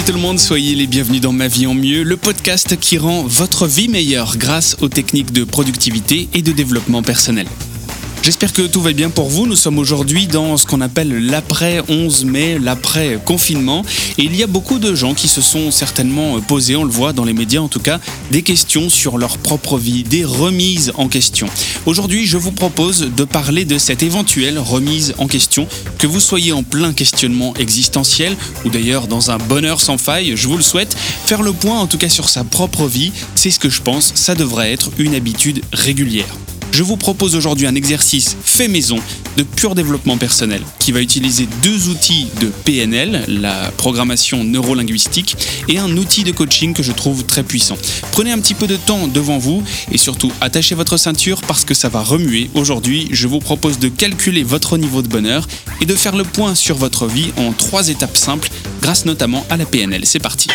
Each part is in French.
tout le monde, soyez les bienvenus dans Ma vie en mieux, le podcast qui rend votre vie meilleure grâce aux techniques de productivité et de développement personnel. J'espère que tout va bien pour vous. Nous sommes aujourd'hui dans ce qu'on appelle l'après 11 mai, l'après confinement. Et il y a beaucoup de gens qui se sont certainement posés, on le voit dans les médias en tout cas, des questions sur leur propre vie, des remises en question. Aujourd'hui, je vous propose de parler de cette éventuelle remise en question, que vous soyez en plein questionnement existentiel ou d'ailleurs dans un bonheur sans faille, je vous le souhaite. Faire le point en tout cas sur sa propre vie, c'est ce que je pense, ça devrait être une habitude régulière. Je vous propose aujourd'hui un exercice fait maison de pur développement personnel qui va utiliser deux outils de PNL, la programmation neurolinguistique, et un outil de coaching que je trouve très puissant. Prenez un petit peu de temps devant vous et surtout attachez votre ceinture parce que ça va remuer. Aujourd'hui, je vous propose de calculer votre niveau de bonheur et de faire le point sur votre vie en 3 étapes simples grâce notamment à la PNL. C'est parti.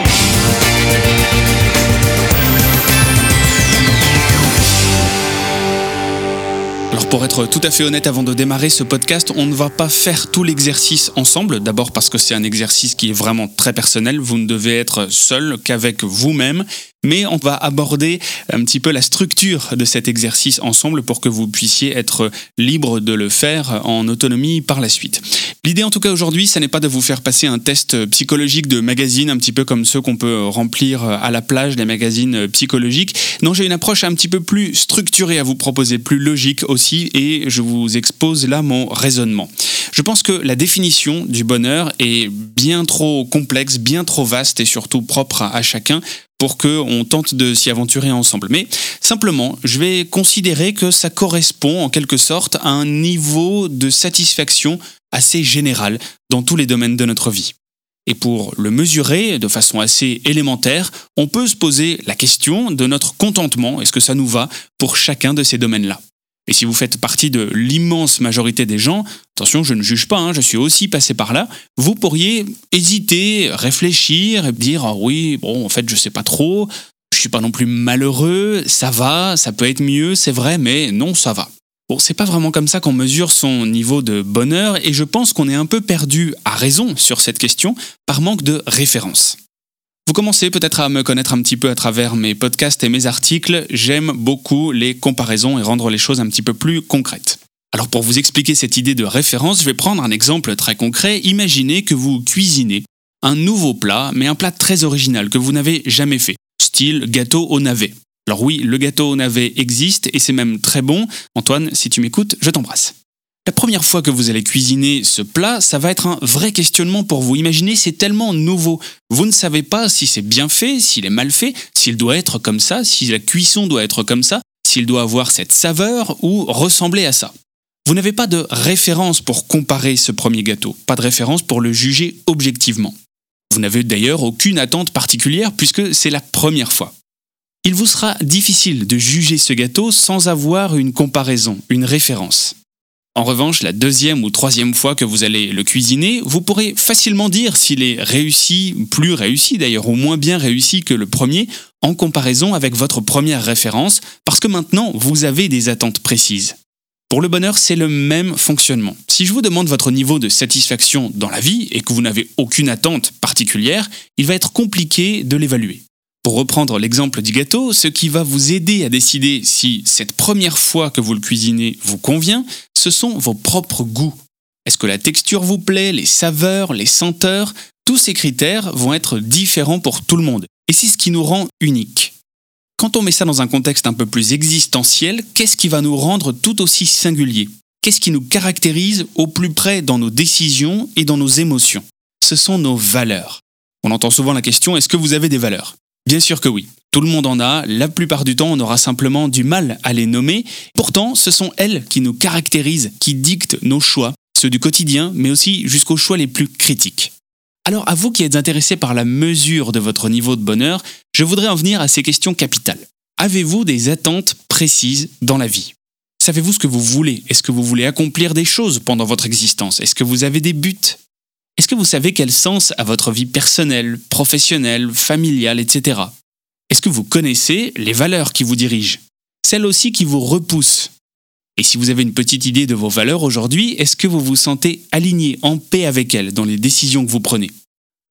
Alors pour être tout à fait honnête, avant de démarrer ce podcast, on ne va pas faire tout l'exercice ensemble. D'abord parce que c'est un exercice qui est vraiment très personnel. Vous ne devez être seul qu'avec vous-même. Mais on va aborder un petit peu la structure de cet exercice ensemble pour que vous puissiez être libre de le faire en autonomie par la suite. L'idée en tout cas aujourd'hui, ça n'est pas de vous faire passer un test psychologique de magazine, un petit peu comme ceux qu'on peut remplir à la plage, des magazines psychologiques. Non, j'ai une approche un petit peu plus structurée à vous proposer, plus logique aussi, et je vous expose là mon raisonnement. Je pense que la définition du bonheur est bien trop complexe, bien trop vaste et surtout propre à chacun pour qu'on tente de s'y aventurer ensemble. Mais simplement, je vais considérer que ça correspond en quelque sorte à un niveau de satisfaction assez général dans tous les domaines de notre vie. Et pour le mesurer de façon assez élémentaire, on peut se poser la question de notre contentement, est-ce que ça nous va pour chacun de ces domaines-là ? Et si vous faites partie de l'immense majorité des gens, attention, je ne juge pas, je suis aussi passé par là, vous pourriez hésiter, réfléchir et dire « Ah oui, bon, en fait, je sais pas trop, je suis pas non plus malheureux, ça va, ça peut être mieux, c'est vrai, mais non, ça va. » Bon, c'est pas vraiment comme ça qu'on mesure son niveau de bonheur et je pense qu'on est un peu perdu à raison sur cette question par manque de référence. Vous commencez peut-être à me connaître un petit peu à travers mes podcasts et mes articles. J'aime beaucoup les comparaisons et rendre les choses un petit peu plus concrètes. Alors pour vous expliquer cette idée de référence, je vais prendre un exemple très concret. Imaginez que vous cuisinez un nouveau plat, mais un plat très original que vous n'avez jamais fait, style gâteau au navet. Alors oui, le gâteau au navet existe et c'est même très bon. Antoine, si tu m'écoutes, je t'embrasse. La première fois que vous allez cuisiner ce plat, ça va être un vrai questionnement pour vous. Imaginez, c'est tellement nouveau. Vous ne savez pas si c'est bien fait, s'il est mal fait, s'il doit être comme ça, si la cuisson doit être comme ça, s'il doit avoir cette saveur ou ressembler à ça. Vous n'avez pas de référence pour comparer ce premier gâteau, pas de référence pour le juger objectivement. Vous n'avez d'ailleurs aucune attente particulière puisque c'est la première fois. Il vous sera difficile de juger ce gâteau sans avoir une comparaison, une référence. En revanche, la 2e ou 3e fois que vous allez le cuisiner, vous pourrez facilement dire s'il est réussi, plus réussi d'ailleurs, ou moins bien réussi que le premier, en comparaison avec votre première référence, parce que maintenant, vous avez des attentes précises. Pour le bonheur, c'est le même fonctionnement. Si je vous demande votre niveau de satisfaction dans la vie et que vous n'avez aucune attente particulière, il va être compliqué de l'évaluer. Pour reprendre l'exemple du gâteau, ce qui va vous aider à décider si cette première fois que vous le cuisinez vous convient, ce sont vos propres goûts. Est-ce que la texture vous plaît, les saveurs, les senteurs ? Tous ces critères vont être différents pour tout le monde. Et c'est ce qui nous rend uniques. Quand on met ça dans un contexte un peu plus existentiel, qu'est-ce qui va nous rendre tout aussi singuliers ? Qu'est-ce qui nous caractérise au plus près dans nos décisions et dans nos émotions ? Ce sont nos valeurs. On entend souvent la question, est-ce que vous avez des valeurs ? Bien sûr que oui. Tout le monde en a, la plupart du temps on aura simplement du mal à les nommer. Pourtant, ce sont elles qui nous caractérisent, qui dictent nos choix, ceux du quotidien, mais aussi jusqu'aux choix les plus critiques. Alors à vous qui êtes intéressé par la mesure de votre niveau de bonheur, je voudrais en venir à ces questions capitales. Avez-vous des attentes précises dans la vie ? Savez-vous ce que vous voulez ? Est-ce que vous voulez accomplir des choses pendant votre existence ? Est-ce que vous avez des buts ? Est-ce que vous savez quel sens a votre vie personnelle, professionnelle, familiale, etc. Est-ce que vous connaissez les valeurs qui vous dirigent ? Celles aussi qui vous repoussent ? Et si vous avez une petite idée de vos valeurs aujourd'hui, est-ce que vous vous sentez aligné, en paix avec elles dans les décisions que vous prenez ?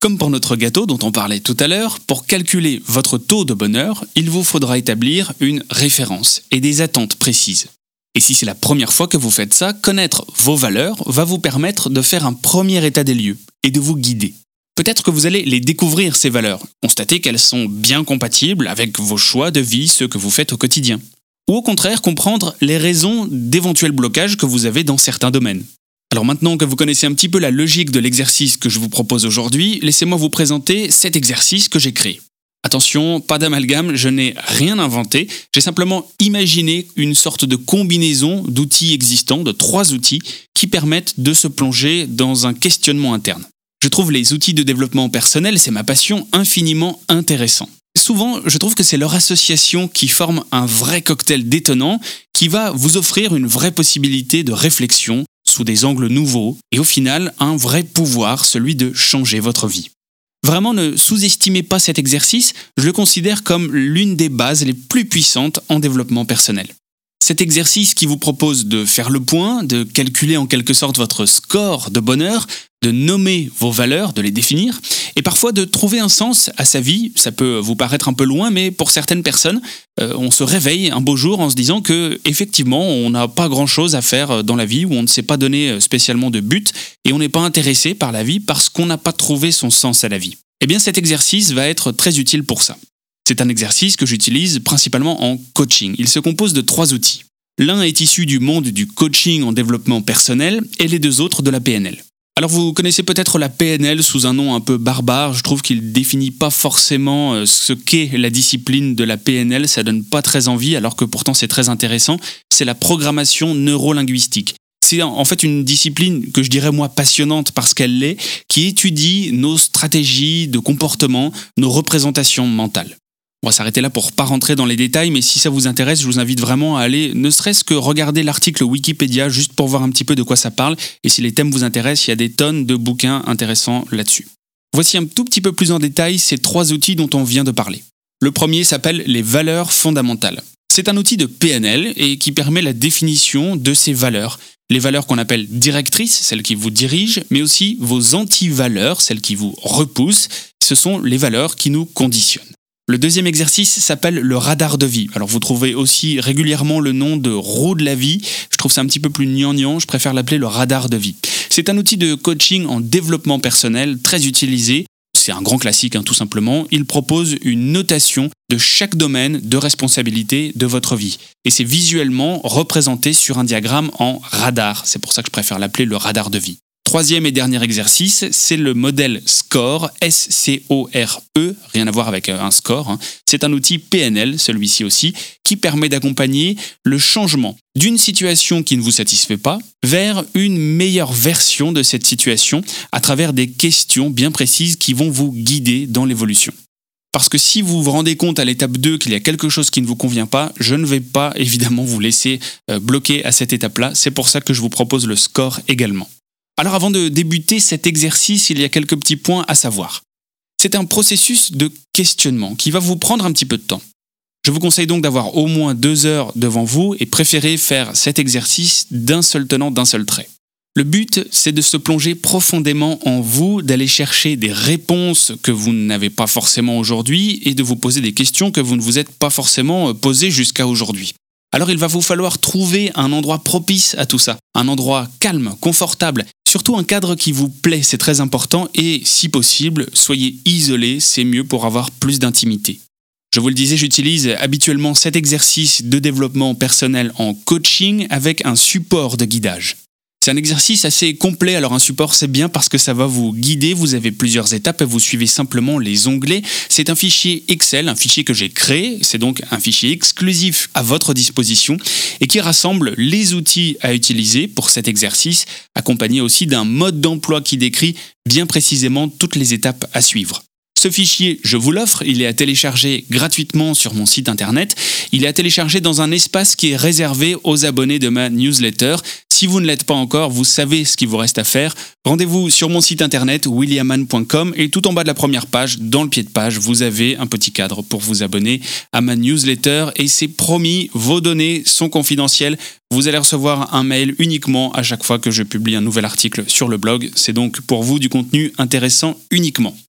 Comme pour notre gâteau dont on parlait tout à l'heure, pour calculer votre taux de bonheur, il vous faudra établir une référence et des attentes précises. Et si c'est la première fois que vous faites ça, connaître vos valeurs va vous permettre de faire un premier état des lieux et de vous guider. Peut-être que vous allez les découvrir, ces valeurs, constater qu'elles sont bien compatibles avec vos choix de vie, ceux que vous faites au quotidien. Ou au contraire, comprendre les raisons d'éventuels blocages que vous avez dans certains domaines. Alors maintenant que vous connaissez un petit peu la logique de l'exercice que je vous propose aujourd'hui, laissez-moi vous présenter cet exercice que j'ai créé. Attention, pas d'amalgame, je n'ai rien inventé, j'ai simplement imaginé une sorte de combinaison d'outils existants, de 3 outils, qui permettent de se plonger dans un questionnement interne. Je trouve les outils de développement personnel, c'est ma passion, infiniment intéressants. Souvent, je trouve que c'est leur association qui forme un vrai cocktail détonnant qui va vous offrir une vraie possibilité de réflexion sous des angles nouveaux et au final, un vrai pouvoir, celui de changer votre vie. Vraiment, ne sous-estimez pas cet exercice, je le considère comme l'une des bases les plus puissantes en développement personnel. Cet exercice qui vous propose de faire le point, de calculer en quelque sorte votre score de bonheur, de nommer vos valeurs, de les définir, et parfois de trouver un sens à sa vie. Ça peut vous paraître un peu loin, mais pour certaines personnes, on se réveille un beau jour en se disant que effectivement, on n'a pas grand-chose à faire dans la vie, ou on ne s'est pas donné spécialement de but, et on n'est pas intéressé par la vie parce qu'on n'a pas trouvé son sens à la vie. Eh bien, cet exercice va être très utile pour ça. C'est un exercice que j'utilise principalement en coaching. Il se compose de 3 outils. L'un est issu du monde du coaching en développement personnel et les 2 autres de la PNL. Alors vous connaissez peut-être la PNL sous un nom un peu barbare, je trouve qu'il ne définit pas forcément ce qu'est la discipline de la PNL, ça donne pas très envie alors que pourtant c'est très intéressant, c'est la programmation neurolinguistique. C'est en fait une discipline que je dirais moi passionnante parce qu'elle l'est, qui étudie nos stratégies de comportement, nos représentations mentales. On va s'arrêter là pour pas rentrer dans les détails, mais si ça vous intéresse, je vous invite vraiment à aller, ne serait-ce que regarder l'article Wikipédia, juste pour voir un petit peu de quoi ça parle, et si les thèmes vous intéressent, il y a des tonnes de bouquins intéressants là-dessus. Voici un tout petit peu plus en détail ces 3 outils dont on vient de parler. Le premier s'appelle les valeurs fondamentales. C'est un outil de PNL et qui permet la définition de ces valeurs. Les valeurs qu'on appelle directrices, celles qui vous dirigent, mais aussi vos anti-valeurs, celles qui vous repoussent, ce sont les valeurs qui nous conditionnent. Le deuxième exercice s'appelle le radar de vie. Alors vous trouvez aussi régulièrement le nom de roue de la vie. Je trouve ça un petit peu plus gnangnan, je préfère l'appeler le radar de vie. C'est un outil de coaching en développement personnel très utilisé. C'est un grand classique tout simplement. Il propose une notation de chaque domaine de responsabilité de votre vie. Et c'est visuellement représenté sur un diagramme en radar. C'est pour ça que je préfère l'appeler le radar de vie. Troisième et dernier exercice, c'est le modèle SCORE, S-C-O-R-E, rien à voir avec un score. C'est un outil PNL, celui-ci aussi, qui permet d'accompagner le changement d'une situation qui ne vous satisfait pas vers une meilleure version de cette situation à travers des questions bien précises qui vont vous guider dans l'évolution. Parce que si vous vous rendez compte à l'étape 2 qu'il y a quelque chose qui ne vous convient pas, je ne vais pas évidemment vous laisser bloquer à cette étape-là. C'est pour ça que je vous propose le score également. Alors avant de débuter cet exercice, il y a quelques petits points à savoir. C'est un processus de questionnement qui va vous prendre un petit peu de temps. Je vous conseille donc d'avoir au moins 2 heures devant vous et préférez faire cet exercice d'un seul tenant, d'un seul trait. Le but, c'est de se plonger profondément en vous, d'aller chercher des réponses que vous n'avez pas forcément aujourd'hui et de vous poser des questions que vous ne vous êtes pas forcément posées jusqu'à aujourd'hui. Alors il va vous falloir trouver un endroit propice à tout ça, un endroit calme, confortable, surtout un cadre qui vous plaît, c'est très important, et si possible, soyez isolé, c'est mieux pour avoir plus d'intimité. Je vous le disais, j'utilise habituellement cet exercice de développement personnel en coaching avec un support de guidage. C'est un exercice assez complet, alors un support c'est bien parce que ça va vous guider, vous avez plusieurs étapes et vous suivez simplement les onglets. C'est un fichier Excel, un fichier que j'ai créé, c'est donc un fichier exclusif à votre disposition et qui rassemble les outils à utiliser pour cet exercice, accompagné aussi d'un mode d'emploi qui décrit bien précisément toutes les étapes à suivre. Ce fichier, je vous l'offre, il est à télécharger gratuitement sur mon site internet. Il est à télécharger dans un espace qui est réservé aux abonnés de ma newsletter. Si vous ne l'êtes pas encore, vous savez ce qu'il vous reste à faire. Rendez-vous sur mon site internet williammann.com et tout en bas de la première page, dans le pied de page, vous avez un petit cadre pour vous abonner à ma newsletter et c'est promis, vos données sont confidentielles. Vous allez recevoir un mail uniquement à chaque fois que je publie un nouvel article sur le blog. C'est donc pour vous du contenu intéressant uniquement.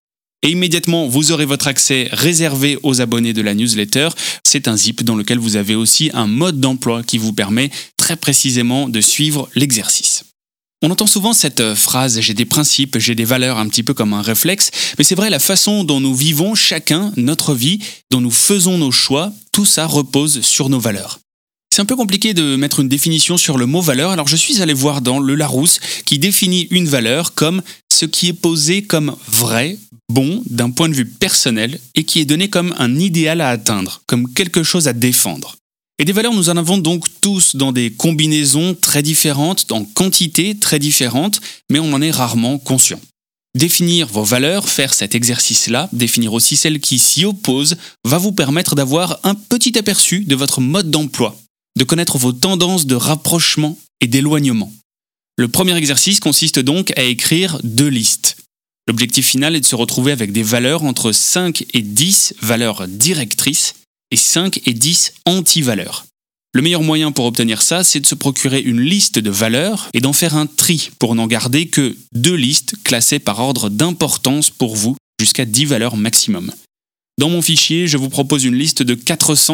Et immédiatement, vous aurez votre accès réservé aux abonnés de la newsletter. C'est un zip dans lequel vous avez aussi un mode d'emploi qui vous permet très précisément de suivre l'exercice. On entend souvent cette phrase « j'ai des principes, j'ai des valeurs » un petit peu comme un réflexe, mais c'est vrai, la façon dont nous vivons chacun notre vie, dont nous faisons nos choix, tout ça repose sur nos valeurs. C'est un peu compliqué de mettre une définition sur le mot valeur, alors je suis allé voir dans le Larousse qui définit une valeur comme ce qui est posé comme vrai, bon d'un point de vue personnel et qui est donné comme un idéal à atteindre, comme quelque chose à défendre. Et des valeurs, nous en avons donc tous dans des combinaisons très différentes, en quantité très différentes, mais on en est rarement conscient. Définir vos valeurs, faire cet exercice-là, définir aussi celles qui s'y opposent, va vous permettre d'avoir un petit aperçu de votre mode d'emploi, de connaître vos tendances de rapprochement et d'éloignement. Le premier exercice consiste donc à écrire 2 listes. L'objectif final est de se retrouver avec des valeurs entre 5 et 10 valeurs directrices et 5 et 10 anti-valeurs. Le meilleur moyen pour obtenir ça, c'est de se procurer une liste de valeurs et d'en faire un tri pour n'en garder que 2 listes classées par ordre d'importance pour vous, jusqu'à 10 valeurs maximum. Dans mon fichier, je vous propose une liste de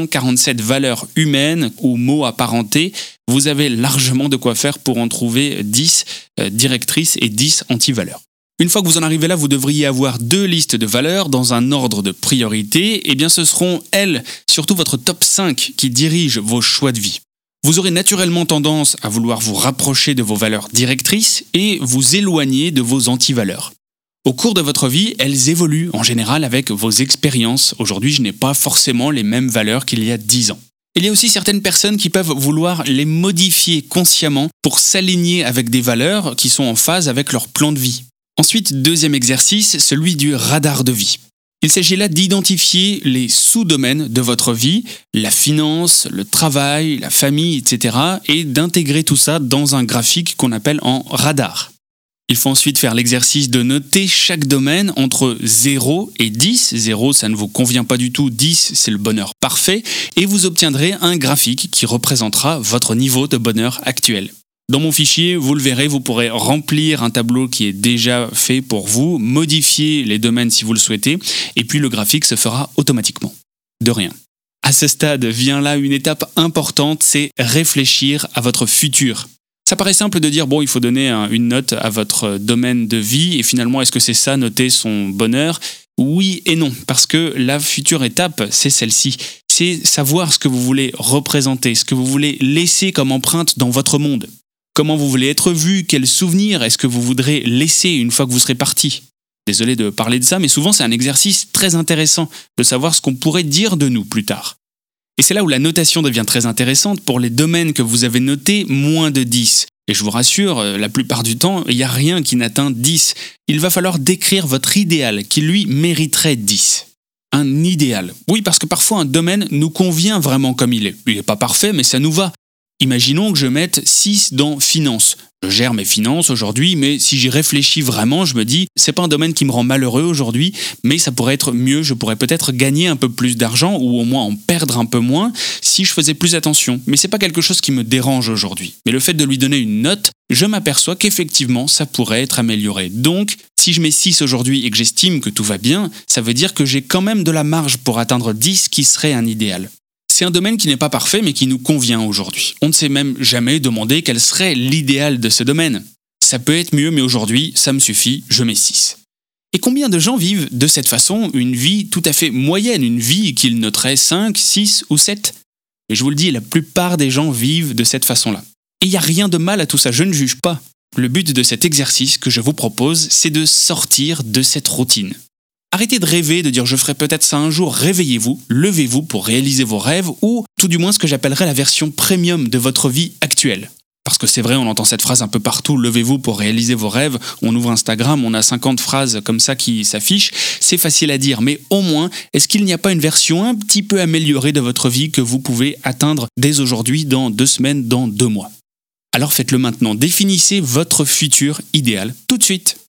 447 valeurs humaines ou mots apparentés. Vous avez largement de quoi faire pour en trouver 10 directrices et 10 anti-valeurs. Une fois que vous en arrivez là, vous devriez avoir 2 listes de valeurs dans un ordre de priorité. Et bien ce seront elles, surtout votre top 5, qui dirigent vos choix de vie. Vous aurez naturellement tendance à vouloir vous rapprocher de vos valeurs directrices et vous éloigner de vos anti-valeurs. Au cours de votre vie, elles évoluent en général avec vos expériences. Aujourd'hui, je n'ai pas forcément les mêmes valeurs qu'il y a 10 ans. Il y a aussi certaines personnes qui peuvent vouloir les modifier consciemment pour s'aligner avec des valeurs qui sont en phase avec leur plan de vie. Ensuite, deuxième exercice, celui du radar de vie. Il s'agit là d'identifier les sous-domaines de votre vie, la finance, le travail, la famille, etc. et d'intégrer tout ça dans un graphique qu'on appelle en radar. Il faut ensuite faire l'exercice de noter chaque domaine entre 0 et 10. 0, ça ne vous convient pas du tout. 10, c'est le bonheur parfait. Et vous obtiendrez un graphique qui représentera votre niveau de bonheur actuel. Dans mon fichier, vous le verrez, vous pourrez remplir un tableau qui est déjà fait pour vous, modifier les domaines si vous le souhaitez, et puis le graphique se fera automatiquement. De rien. À ce stade, vient là une étape importante, c'est réfléchir à votre futur. Ça paraît simple de dire, bon, il faut donner une note à votre domaine de vie, et finalement, est-ce que c'est ça, noter son bonheur ? Oui et non, parce que la future étape, c'est celle-ci. C'est savoir ce que vous voulez représenter, ce que vous voulez laisser comme empreinte dans votre monde. Comment vous voulez être vu, quels souvenirs est-ce que vous voudrez laisser une fois que vous serez parti ? Désolé de parler de ça, mais souvent c'est un exercice très intéressant de savoir ce qu'on pourrait dire de nous plus tard. Et c'est là où la notation devient très intéressante pour les domaines que vous avez notés moins de 10. Et je vous rassure, la plupart du temps, il n'y a rien qui n'atteint 10. Il va falloir décrire votre idéal qui, lui, mériterait 10. Un idéal. Oui, parce que parfois un domaine nous convient vraiment comme il est. Il n'est pas parfait, mais ça nous va. Imaginons que je mette 6 dans finance. Je gère mes finances aujourd'hui, mais si j'y réfléchis vraiment, je me dis, c'est pas un domaine qui me rend malheureux aujourd'hui, mais ça pourrait être mieux, je pourrais peut-être gagner un peu plus d'argent ou au moins en perdre un peu moins si je faisais plus attention. Mais c'est pas quelque chose qui me dérange aujourd'hui. Mais le fait de lui donner une note, je m'aperçois qu'effectivement, ça pourrait être amélioré. Donc, si je mets 6 aujourd'hui et que j'estime que tout va bien, ça veut dire que j'ai quand même de la marge pour atteindre 10 qui serait un idéal. C'est un domaine qui n'est pas parfait mais qui nous convient aujourd'hui. On ne s'est même jamais demandé quel serait l'idéal de ce domaine. Ça peut être mieux mais aujourd'hui, ça me suffit, je mets 6. Et combien de gens vivent de cette façon une vie tout à fait moyenne, une vie qu'ils noteraient 5, 6 ou 7 ? Et je vous le dis, la plupart des gens vivent de cette façon-là. Et il n'y a rien de mal à tout ça, je ne juge pas. Le but de cet exercice que je vous propose, c'est de sortir de cette routine. Arrêtez de rêver, de dire je ferai peut-être ça un jour, réveillez-vous, levez-vous pour réaliser vos rêves ou tout du moins ce que j'appellerais la version premium de votre vie actuelle. Parce que c'est vrai, on entend cette phrase un peu partout, levez-vous pour réaliser vos rêves, on ouvre Instagram, on a 50 phrases comme ça qui s'affichent, c'est facile à dire, mais au moins, est-ce qu'il n'y a pas une version un petit peu améliorée de votre vie que vous pouvez atteindre dès aujourd'hui, dans 2 semaines, dans 2 mois ? Alors faites-le maintenant, définissez votre futur idéal tout de suite.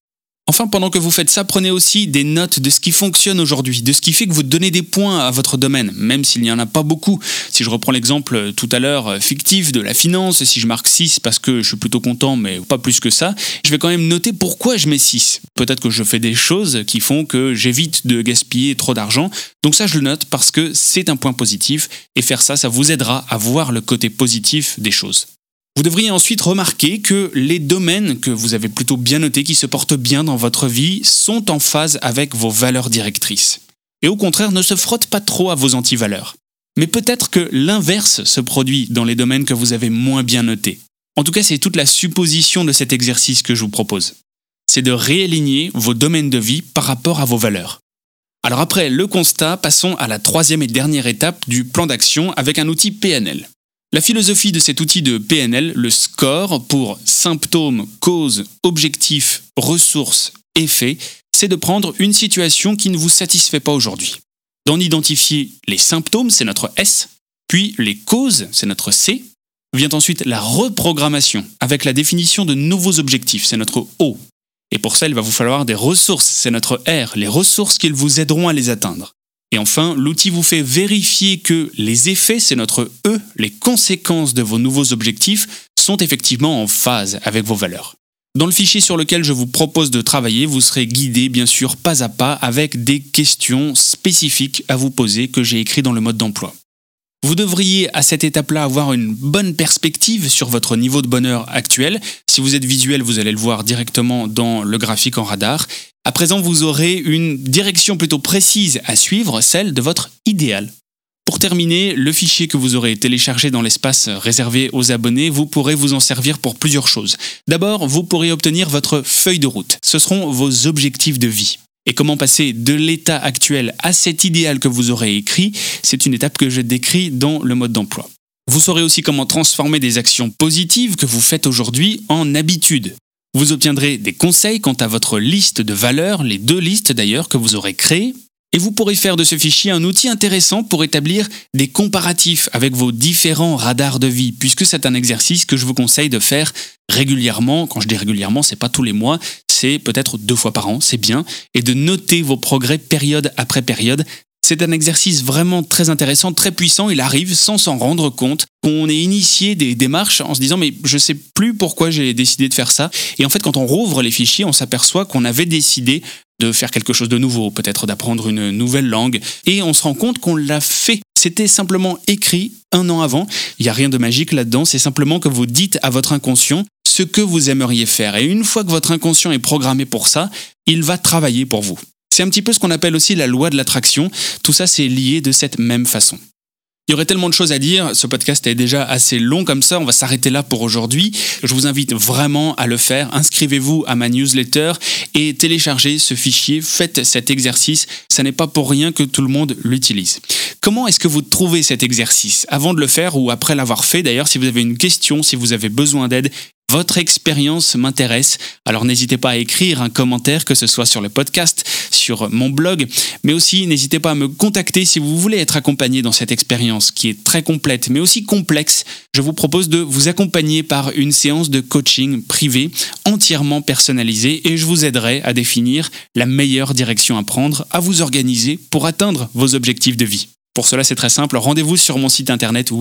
Enfin, pendant que vous faites ça, prenez aussi des notes de ce qui fonctionne aujourd'hui, de ce qui fait que vous donnez des points à votre domaine, même s'il n'y en a pas beaucoup. Si je reprends l'exemple tout à l'heure fictif de la finance, si je marque 6 parce que je suis plutôt content, mais pas plus que ça, je vais quand même noter pourquoi je mets 6. Peut-être que je fais des choses qui font que j'évite de gaspiller trop d'argent. Donc ça, je le note parce que c'est un point positif, et faire ça, ça vous aidera à voir le côté positif des choses. Vous devriez ensuite remarquer que les domaines que vous avez plutôt bien notés, qui se portent bien dans votre vie, sont en phase avec vos valeurs directrices. Et au contraire, ne se frottent pas trop à vos antivaleurs. Mais peut-être que l'inverse se produit dans les domaines que vous avez moins bien notés. En tout cas, c'est toute la supposition de cet exercice que je vous propose. C'est de réaligner vos domaines de vie par rapport à vos valeurs. Alors après le constat, passons à la troisième et dernière étape du plan d'action avec un outil PNL. La philosophie de cet outil de PNL, le SCORE pour symptômes, causes, objectifs, ressources, effets, c'est de prendre une situation qui ne vous satisfait pas aujourd'hui. D'en identifier les symptômes, c'est notre S, puis les causes, c'est notre C. Vient ensuite la reprogrammation avec la définition de nouveaux objectifs, c'est notre O. Et pour ça, il va vous falloir des ressources, c'est notre R, les ressources qui vous aideront à les atteindre. Et enfin, l'outil vous fait vérifier que les effets, c'est notre E, les conséquences de vos nouveaux objectifs, sont effectivement en phase avec vos valeurs. Dans le fichier sur lequel je vous propose de travailler, vous serez guidé bien sûr pas à pas avec des questions spécifiques à vous poser que j'ai écrites dans le mode d'emploi. Vous devriez à cette étape-là avoir une bonne perspective sur votre niveau de bonheur actuel. Si vous êtes visuel, vous allez le voir directement dans le graphique en radar. À présent, vous aurez une direction plutôt précise à suivre, celle de votre idéal. Pour terminer, le fichier que vous aurez téléchargé dans l'espace réservé aux abonnés, vous pourrez vous en servir pour plusieurs choses. D'abord, vous pourrez obtenir votre feuille de route. Ce seront vos objectifs de vie. Et comment passer de l'état actuel à cet idéal que vous aurez écrit, c'est une étape que je décris dans le mode d'emploi. Vous saurez aussi comment transformer des actions positives que vous faites aujourd'hui en habitudes. Vous obtiendrez des conseils quant à votre liste de valeurs, les 2 listes d'ailleurs que vous aurez créées. Et vous pourrez faire de ce fichier un outil intéressant pour établir des comparatifs avec vos différents radars de vie, puisque c'est un exercice que je vous conseille de faire régulièrement. Quand je dis régulièrement, c'est pas tous les mois, c'est peut-être 2 fois par an, c'est bien, et de noter vos progrès période après période. C'est un exercice vraiment très intéressant, très puissant. Il arrive sans s'en rendre compte qu'on ait initié des démarches en se disant mais je sais plus pourquoi j'ai décidé de faire ça. Et en fait, quand on rouvre les fichiers, on s'aperçoit qu'on avait décidé de faire quelque chose de nouveau, peut-être d'apprendre une nouvelle langue, et on se rend compte qu'on l'a fait. C'était simplement écrit 1 an avant. Il n'y a rien de magique là-dedans, c'est simplement que vous dites à votre inconscient ce que vous aimeriez faire. Et une fois que votre inconscient est programmé pour ça, il va travailler pour vous. C'est un petit peu ce qu'on appelle aussi la loi de l'attraction. Tout ça, c'est lié de cette même façon. Il y aurait tellement de choses à dire, ce podcast est déjà assez long comme ça, on va s'arrêter là pour aujourd'hui. Je vous invite vraiment à le faire, inscrivez-vous à ma newsletter et téléchargez ce fichier, faites cet exercice, ça n'est pas pour rien que tout le monde l'utilise. Comment est-ce que vous trouvez cet exercice? Avant de le faire ou après l'avoir fait d'ailleurs, si vous avez une question, si vous avez besoin d'aide, votre expérience m'intéresse, alors n'hésitez pas à écrire un commentaire, que ce soit sur le podcast, sur mon blog, mais aussi n'hésitez pas à me contacter si vous voulez être accompagné dans cette expérience qui est très complète, mais aussi complexe. Je vous propose de vous accompagner par une séance de coaching privée, entièrement personnalisée, et je vous aiderai à définir la meilleure direction à prendre, à vous organiser pour atteindre vos objectifs de vie. Pour cela, c'est très simple, rendez-vous sur mon site internet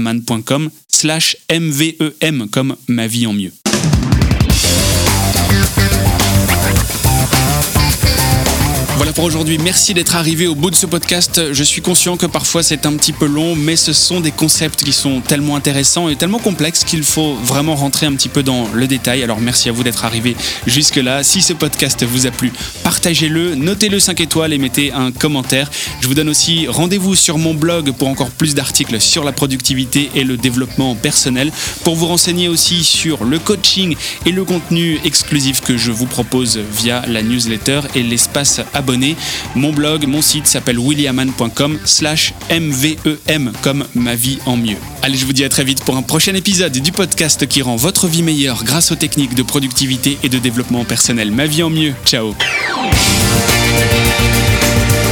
willyhamann.com/mvem comme ma vie en mieux. Voilà pour aujourd'hui, merci d'être arrivé au bout de ce podcast. Je suis conscient que parfois c'est un petit peu long, mais ce sont des concepts qui sont tellement intéressants et tellement complexes qu'il faut vraiment rentrer un petit peu dans le détail. Alors merci à vous d'être arrivé jusque-là. Si ce podcast vous a plu, partagez-le, notez-le 5 étoiles et mettez un commentaire. Je vous donne aussi rendez-vous sur mon blog pour encore plus d'articles sur la productivité et le développement personnel, pour vous renseigner aussi sur le coaching et le contenu exclusif que je vous propose via la newsletter et l'espace abonné. Mon blog, mon site s'appelle willyhamann.com/mvem comme ma vie en mieux. Allez, je vous dis à très vite pour un prochain épisode du podcast qui rend votre vie meilleure grâce aux techniques de productivité et de développement personnel. Ma vie en mieux. Ciao.